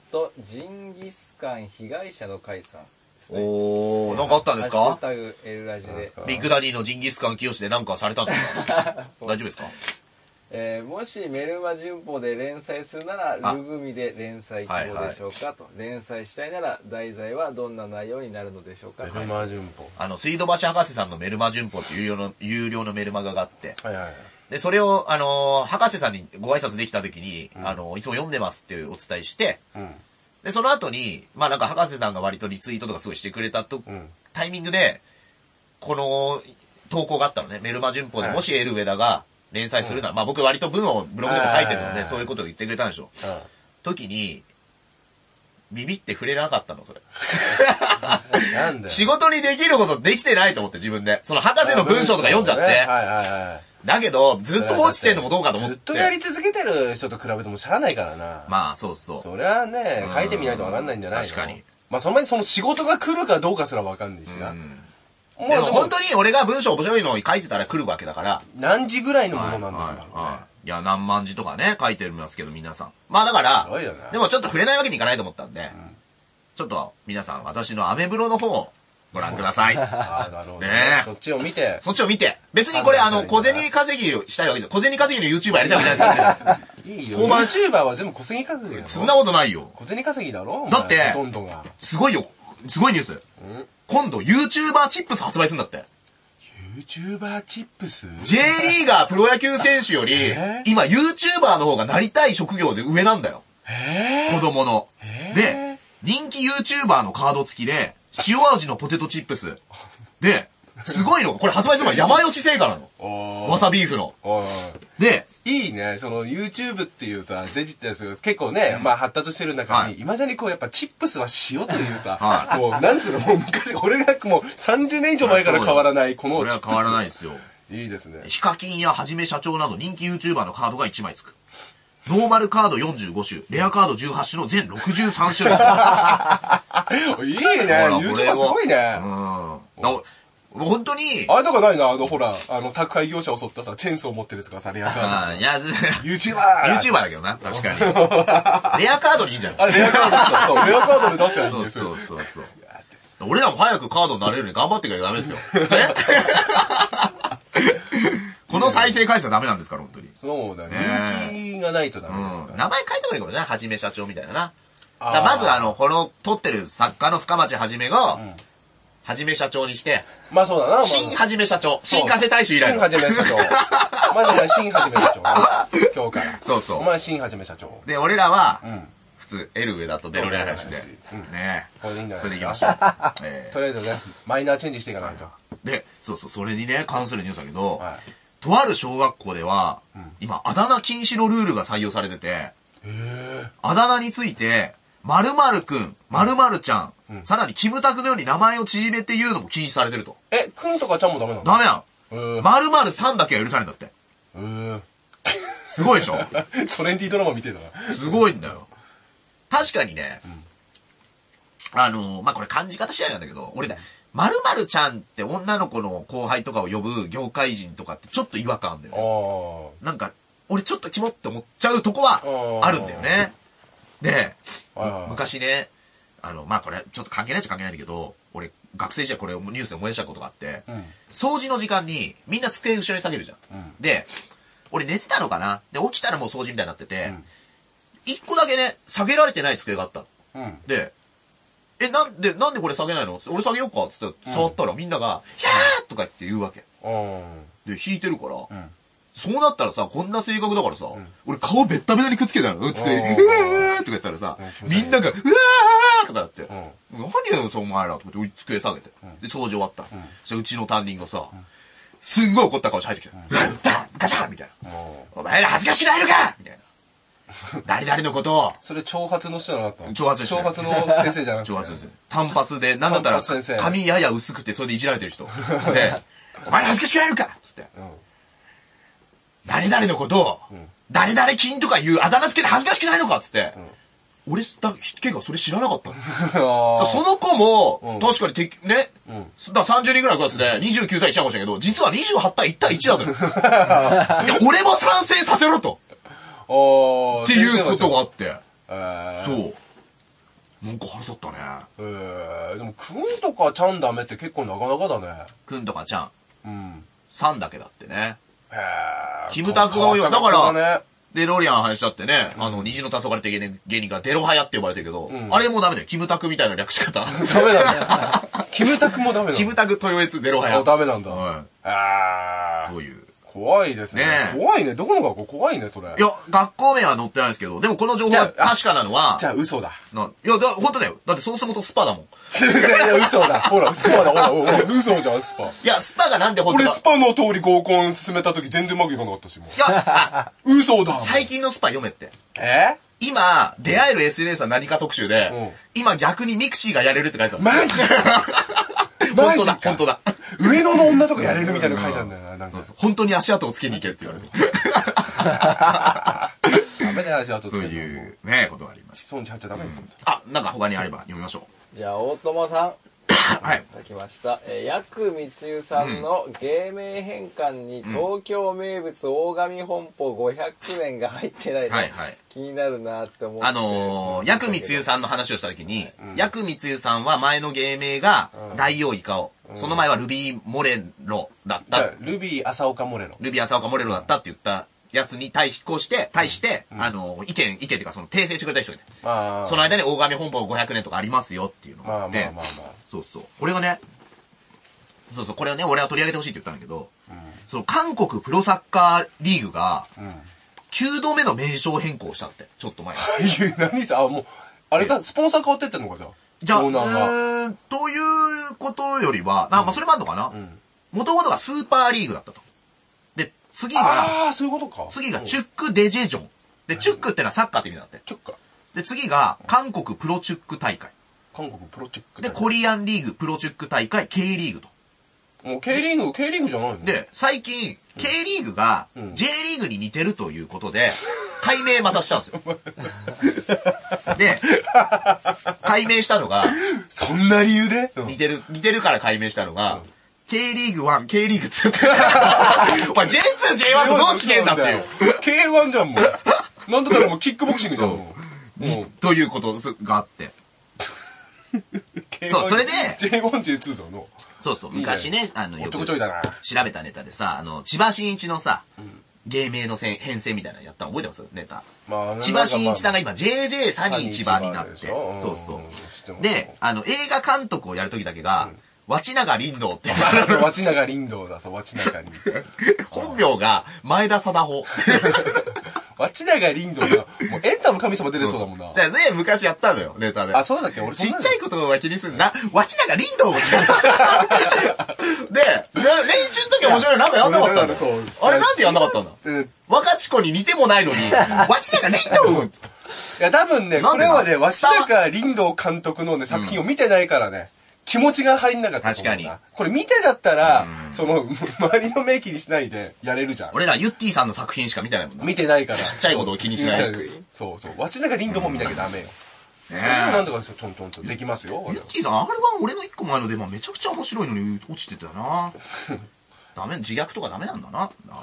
とジンギスカン被害者の会さんですね。 おー、なんかあったんですか？ ハッシュタグ L ラジで。 ビッグダディのジンギスカン清でなんかされたんですか？大丈夫ですか？ えー、もしメルマ旬報で連載するならルグミで連載希望でしょうか、はいはい、と連載したいなら題材はどんな内容になるのでしょうか。 メルマ旬報、 あの水道橋博士さんのメルマ旬報っていう有料の有料のメルマガがあって、 はいはいはい、 でそれをあのー、博士さんにご挨拶できた時に、うん、あのー、いつも読んでますっていうお伝えして、うん、でその後にまあなんか博士さんが割とリツイートとかすごいしてくれたと、うん、タイミングでこの投稿があったのね。メルマ旬報でもしエル上田が連載するなら、うん、まあ僕割と文をブログでも書いてるので、そういうことを言ってくれたんでしょ。うん、時に、ビビって触れなかったの、それ。なんで仕事にできることできてないと思って、自分で。その博士の文章とか読んじゃって。はいはいはい。だけど、ずっと放置してんのもどうかと思って。 ずっとやり続けてる人と比べてもしゃあないからな。 まあ、そうそう。 そりゃね、書いてみないとわかんないんじゃないの？ 確かに。 まあ、その前にその仕事が来るかどうかすらわかんないしな。うんでも本当に俺が文章面白いのを書いてたら来るわけだから。 何時ぐらいのものなんだろうね。はいはいはい、 いや、何万字とかね、書いてますけど皆さん。まあだから、ね、でもちょっと触れないわけにいかないと思ったんで、うん、ちょっと皆さん私のアメブロの方をご覧ください。 ああ、なるほど、ね。ねそっちを見て。 そっちを見て。別にこれあの、小銭稼ぎをしたいわけですよ。小銭稼ぎの YouTuber やりたいわけじゃないですからね。 いいよ。YouTuber は全部小銭稼ぎだよ。 そんなことないよ。 小銭稼ぎだろ？ だって、 ほとんどが。 すごいよ。すごいニュース。うん、今度 YouTuber チップス発売するんだって。 YouTuber チップス J リーガープロ野球選手より、今 YouTuber の方がなりたい職業で上なんだよ。子供の。で、人気 YouTuber のカード付きで、塩味のポテトチップス。で、すごいの。これ発売するのは山吉製菓なの。わさビーフの。で、 いいね。その YouTube っていうさ、デジタルです結構ね、うん、まあ発達してる中に、はいまだにこうやっぱチップスは塩というさ、はい、もうなんつうの、もう昔、俺がもうさんじゅうねん以上前から変わらない、このチップス。 これは変わらないですよ。 いいですね。 ヒカキンやはじめ社長など人気 YouTuber のカードがいちまいつく。ノーマルカードよんじゅうご種、レアカードじゅうはち種の全ろくじゅうさん種類。 いいね。YouTuber すごいね。うん。 もう本当に。 あれとかないな、あの、ほら、あの、宅配業者を襲ったさ、チェーンソーを持ってるやつがさ、レアカード。 いや、 YouTuber! YouTuber だけどな、確かに。レアカードにいいんじゃない？ あれ、レアカードそう、レアカードで出しちゃいいんですよ。 そうそうそう。俺らも早くカードになれるように頑張っていかないとダメですよ。ねこの再生回数はダメなんですから、本当に。 そうだね。人気がないとダメですから。 名前書いた方がいいからね、はじめ社長みたいなな。まずあの、この、撮ってる作家の深町はじめが、はじめ社長にして。 まあそうだな。 新はじめ社長。新加瀬大衆以来新はじめ社長。まずお前新はじめ社長。今日から。 そうそう。 お前新はじめ社長。 で、俺らは、普通、L 上だとデロレア話で。ねこれでいいんだよ。 それでいきましょう。 とりあえずね、マイナーチェンジしていかないと。 で、そうそう、それにね、関するニュースだけど、とある小学校では、今、あだ名禁止のルールが採用されてて、あだ名について、〇〇くん、〇〇ちゃん、うん、さらにキムタクのように名前を縮めて言うのも禁止されてると。 え、くんとかちゃんもダメなの？ ダメなの。〇〇さんだけは許されるんだって。 へーすごいでしょトレンディードラマ見てるな。すごいんだよ。確かにね、うん、あのー、まあ、これ漢字方次第なんだけど、俺ね、〇〇ちゃんって女の子の後輩とかを呼ぶ業界人とかってちょっと違和感あるんだよね。なんか、俺ちょっとキモって思っちゃうとこはあるんだよね。で、昔ね、あの、まあ、これ、ちょっと関係ないっちゃ関係ないんだけど、俺、学生時代これニュースで思い出したことがあって、うん、掃除の時間にみんな机後ろに下げるじゃん。うん、で、俺寝てたのかなで、起きたらもう掃除みたいになってて、一、うん、個だけね、下げられてない机があったの。うん、で、え、なんで、なんでこれ下げないの？俺下げようかっつって触ったらみんなが、ヒャーとか言って言うわけ。で、引いてるから、そうなったらさ、こんな性格だからさ、うん、俺顔ベッタベタにくっつけたの。つって、うわーとか言ったらさ、うん、みんなが、うわーとかやって、うん、何だよ、お前らとか言って、机下げて。で、掃除終わった。うん、そしたらうちの担任がさ、うん、すんごい怒った顔して入ってきた。ガンダンガチャンみたいな。お前ら恥ずかしくないのかみたいな。誰々のことを。 それ、挑発の人じゃなかったの？ 挑発の人。 挑発の先生じゃなくて。 挑発先生。単発で、なんだったら、髪やや薄くて、それでいじられてる人。で、お前ら恥ずかしくないのかつって。うん誰々のことを、うん、誰々金とか言うあだ名つけて恥ずかしくないのかっつって、うん、俺だけがそれ知らなかったの。その子も、うん、確かにてね、うん、ださんじゅうにんぐらいのクラスでにじゅうきゅうたいいちなのかもしれないけど、実はにじゅうはちたいいちたいいちだと。いや、俺も参戦させろと。っていうことがあって。そう。 なんか腹立ったね。 えー、でも、くんとかちゃんダメって結構なかなかだね。 くんとかちゃん。 うん。 さんだけだってね。 へー。 キムタクのよ、だから、デロリアン配しちゃってね、あの、虹の黄昏って芸人がデロハヤって呼ばれてるけど、うん、あれもダメだよ。キムタクみたいな略し方。ダメなんだ。キムタクもダメなんだ。 キムタク豊悦デロハヤ。 ダメなんだ。 はい。 あー。 そういう。 怖いですね。ね怖いね。どこの学校怖いね、それ。 いや、学校名は載ってないですけど、でもこの情報は確かなのは。 じゃあ嘘だ。 な、いや、だ、本当だよ。だってソース元スパだもん。 いや、嘘だ。ほら、スパだ、ほら、ほら、嘘じゃん、スパ。 いや、スパがなんで本当俺スパの通り合コン進めた時全然うまくいかなかったし、もう。いや、嘘だ。 最近のスパ読めって。 え今、出会える エスエヌエス は何か特集で、うん、今逆にミクシーがやれるって書いてある。 マジ本当だ、本当だ。 上野の女とかやれるみたいなの書いてあるんだよな、なんか。 本当に足跡をつけに行けって言われる。 ダメだよ、足跡つける。というね、ことがありました。 そうに入っちゃダメです。 あ、なんか他にあれば読みましょう。じゃあ、大友さん。 はい。 書きました。えー、ヤクミツユさんの芸名変換に東京名物大神本舗ごひゃくえんが入ってないの、はいはい、気になるなって思って。 あのー、ヤクミツユさんの話をしたときに、うん、ヤクミツユさんは前の芸名が大王イカオ、うん。その前はルビーモレロだった。 ルビー朝岡モレロ。 ルビー朝岡モレロだったって言ったやつに対し、こうして、対して、うん、あの、意見、意見っていうかその訂正してくれた人がいて。その間に大神本舗ごひゃくねんとかありますよっていうのがあって。まあまあまあまあ。そうそう。これがね、そうそう、これをね、俺は取り上げてほしいって言ったんだけど、うん、その韓国プロサッカーリーグが、きゅうどめの名称変更したって、ちょっと前に。何さ、あ、もう、あれか、スポンサー変わってってんのか、じゃあ。 じゃあ、えー、ということよりは、あ、まあ、それもあるのかな。もともとがスーパーリーグだったと。で、次が、 ああ、そういうことか。 次がチュックデジェジョン。で、チュックってのはサッカーって意味だって。 チュック。 で、次が、韓国プロチュック大会。 韓国プロチュック大会。で、コリアンリーグプロチュック大会、K リーグと。 もう K リーグ、K リーグじゃないの？ で、最近、K リーグが J リーグに似てるということで、改名またしたんですよ。で、改名したのが、 そんな理由で似てる、似てるから改名したのが、K リーグワン、K リーグツーって。お前 ジェイツー、ジェイワン とどう違うんだっていう。 ケーワン じゃんもう。なんとかもうキックボクシングじゃんもう。ということがあって。そう、それで、 ジェイワン、ジェイツー だの。 そうそう、昔ね、あの、よく調べたネタでさ、あの、千葉真一のさ、芸名の編成みたいなのやったの覚えてますネタ。千葉真一さんが今 ジェイジェイ サニー千葉になって、そうそう。で、あの、映画監督をやるときだけが、脇永林道って言う。脇永林道だ、そう、脇永に。 本名が前田貞穂。 脇永林道が、もうエンタの神様出てそうだもんな。 じゃあ、ぜ昔やったのよ、ネタで。 あ、そうだっけ俺ちっちゃいことは気にすんな。脇永林道って。で、練習の時面白いのなんかやんなかったんだ。あれなんでやんなかったんだ若智子に似てもないのに、脇永林道いや、多分ね、これはね、脇永林道監督のね、作品を見てないからね。気持ちが入んなかった。 確かに。 これ見てだったら、その、周りの目気にしないでやれるじゃん。 俺らユッティさんの作品しか見てないもんな。 見てないから。 ちっちゃいことを気にしない。 そうそう。脇永林道も見なきゃダメよ。それもなんとかちょんちょんとできますよ。 ユッティさん、あれは俺の一個前の出番めちゃくちゃ面白いのに落ちてたよな。ダメ、自虐とかダメなんだな。あ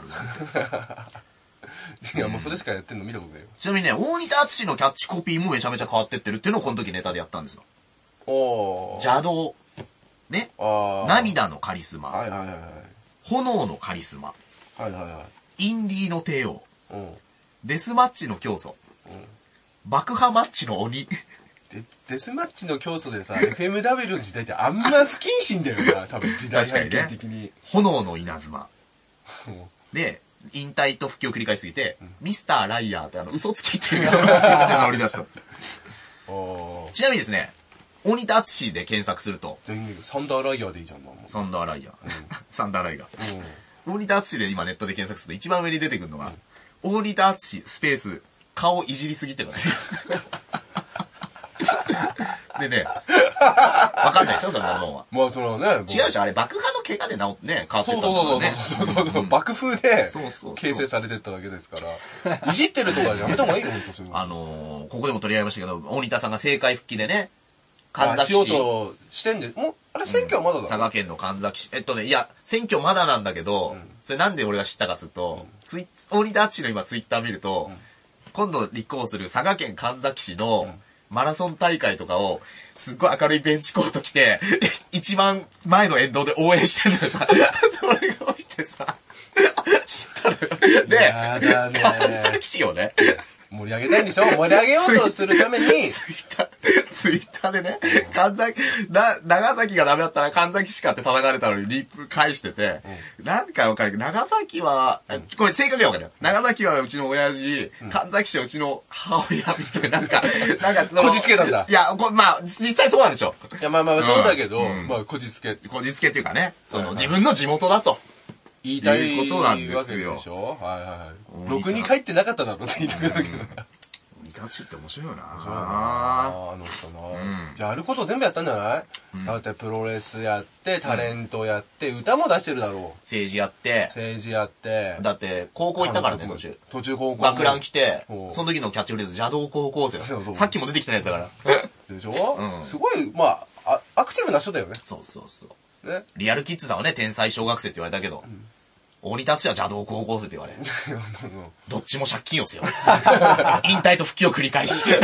れいや、もうそれしかやってんの見たことないよ。 ちなみにね、大仁田敦のキャッチコピーもめちゃめちゃ変わってってるっていうのをこの時ネタでやったんですよ。 おー。 邪道。ね。涙のカリスマ。 はいはいはい。 炎のカリスマ。 はいはいはい。 インディーの帝王。 うん。 デスマッチの教祖。うん。爆破マッチの鬼。 デ, デスマッチの教祖でさ、エフエムダブリュー の時代ってあんま不謹慎だよな、多分時代背景的に。 ね、炎の稲妻。で、引退と復帰を繰り返しすぎて、うん、ミスターライヤーってあの、嘘つきっていうのが乗り出したって。ちなみにですね、大仁田敦で検索すると。 サンダーライヤーでいいじゃんな。 サンダーライヤー。うん、サンダーライヤー。うん、大仁田敦で今ネットで検索すると一番上に出てくるのが、うん、大仁田敦スペース、顔いじりすぎってことですよ。でね、わかんないですよ、そんなもんは。 まあ、そのね。 違うし、あれ、爆破の怪我で治ってね、変わってたんだからね。 そうそうそうそう。爆風で、形成されてっただけですから。いじってるとかやめた方がいいよ、ほんとそういうの。 あのー、ここでも取り上げましたけど、大仁田さんが政界復帰でね、 神崎市。しようとしてんで、もう、あれ選挙はまだだ、うん、 佐賀県の神崎市。えっとね、いや、選挙まだなんだけど、うん、それなんで俺が知ったかというと、うん、ツイ大仁田敦の今ツイッター見ると、うん、今度立候補する佐賀県神崎市のマラソン大会とかを、すっごい明るいベンチコート着て、一番前の沿道で応援してるのよさ。それが起きてさ、知ったのよ。で、 やだね。 神崎市をね、 盛り上げたいんでしょ盛り上げようとするために。 ツイッター、ツイッターでね、神崎、な、長崎がダメだったら神崎しかって叩かれたのにリップ返してて、うん、なんかわかる。長崎は、うん、これ正確にはわかるよ。長崎はうちの親父、うん、神崎市はうちの母親みたいな、なんか、なんかその、 こじつけたんだ。 いや、こまあ、実際そうなんでしょ。 いや、まあまあ、そうだけど、うん、まあ、こじつけ。 こじつけっていうかね、その、自分の地元だと。 言いたいことなんですよ。 でしょはいはいはい。ろくに帰ってなかっただろうって言いたくなるけど。 ガチって面白いよな。 そうだなあの人な、うん、やること全部やったんじゃない、うん、だってプロレスやって、タレントやって、うん、歌も出してるだろう。 政治やって。 政治やって。 だって、高校行ったからね、途中。 途中高校。 学ラン来て、その時のキャッチフレーズ、邪道高校生。さっきも出てきたやつだから。 でしょ、うん、すごい、まあ、アクティブな人だよね。 そうそうそう。ね、リアルキッズさんはね、天才小学生って言われたけど、うん大仁田敦は邪道高校生って言われる。どっちも借金をせよ。引退と復帰を繰り返し。あれ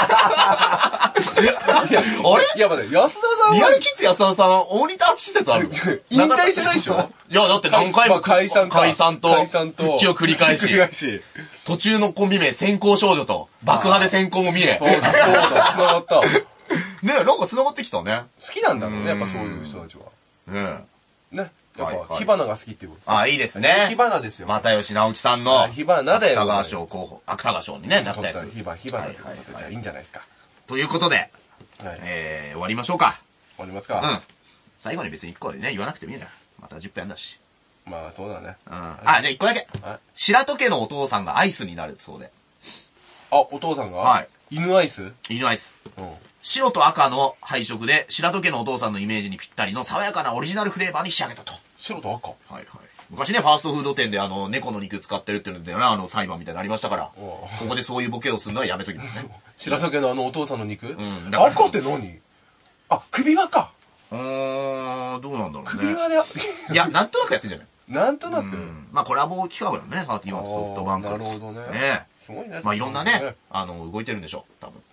いや、待って、安田さんは。 リアルキッズ安田さん、大仁田敦施設ある引退してないでしょいや、だって何回も解散解散と解散と復帰を繰り返し。途中のコンビ名、先行少女と爆破で先行も見え。 そうだ、そうだ、繋がった。 ねえ、なんか繋がってきたね。 好きなんだろうね、やっぱそういう人たちは。 ねえ。ね。やっぱ、火花が好きっていうこと。 ああ、いいですね。 火花ですよ。 又吉直樹さんの、 火花で、 芥川賞候補、芥川賞にね、なったやつ。 火花、火花で。じゃあいいんじゃないですか。 ということで、えー、終わりましょうか。 終わりますか。 うん。最後に別に一個でね、言わなくてもいいな。またじゅっぷんやんだし。 まあ、そうだね。 うん。あ、じゃあ一個だけ。白戸家のお父さんがアイスになるそうで。 あ、お父さんがはい。 犬アイス犬アイス。うん。白と赤の配色で、白戸家のお父さんのイメージにぴったりの爽やかなオリジナルフレーバーに仕上げたと。 白と赤はいはい。昔ね、ファーストフード店であの、猫の肉使ってるっていうのでね、あの、裁判みたいになりましたから、ここでそういうボケをするのはやめときますね。 白戸家のあのお父さんの肉うん。 赤って何あ、首輪か。 うーん、どうなんだろうね。 首輪で。 いや、なんとなくやってんじゃないなんとなく。 まあ、コラボ企画だね、サーティワンとソフトバンク。 なるほどね。 ねすごいね。 まあ、いろんなね、あの、動いてるんでしょう、多分。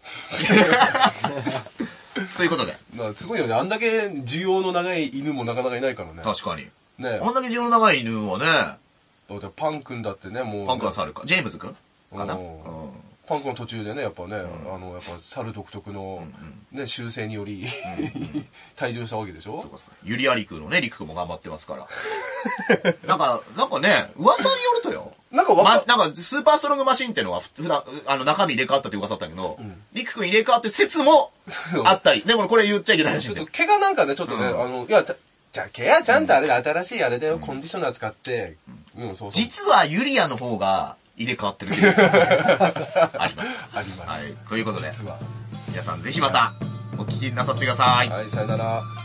ということで。 まあ、すごいよね。あんだけ需要の長い犬もなかなかいないからね。 確かに。 ねあんだけ需要の長い犬はね。だってパン君だってね、もう。 パン君は猿か。ジェームズ君かな。 パン君の途中でね、やっぱね、あの、やっぱ猿独特の、ね、習性により、退場したわけでしょユリアリクのね、リク君も頑張ってますから。なんか、なんかね、噂によるとよ。 なんかわか、 なんか、スーパーストロングマシンっていうのは、普段、あの、中身入れ替わったって噂だったけど、リク君入れ替わって説もあったり。でもこれ言っちゃいけないらしいんで。 毛がなんかね、ちょっとね、あの、いや、じゃあ毛はちゃんとあれで新しいあれだよ、コンディショナー使って、うん、そうそう。 実はユリアの方が入れ替わってるケースあります。 あります。 はい。ということで、皆さんぜひまたお聞きなさってください。 はい、さよなら。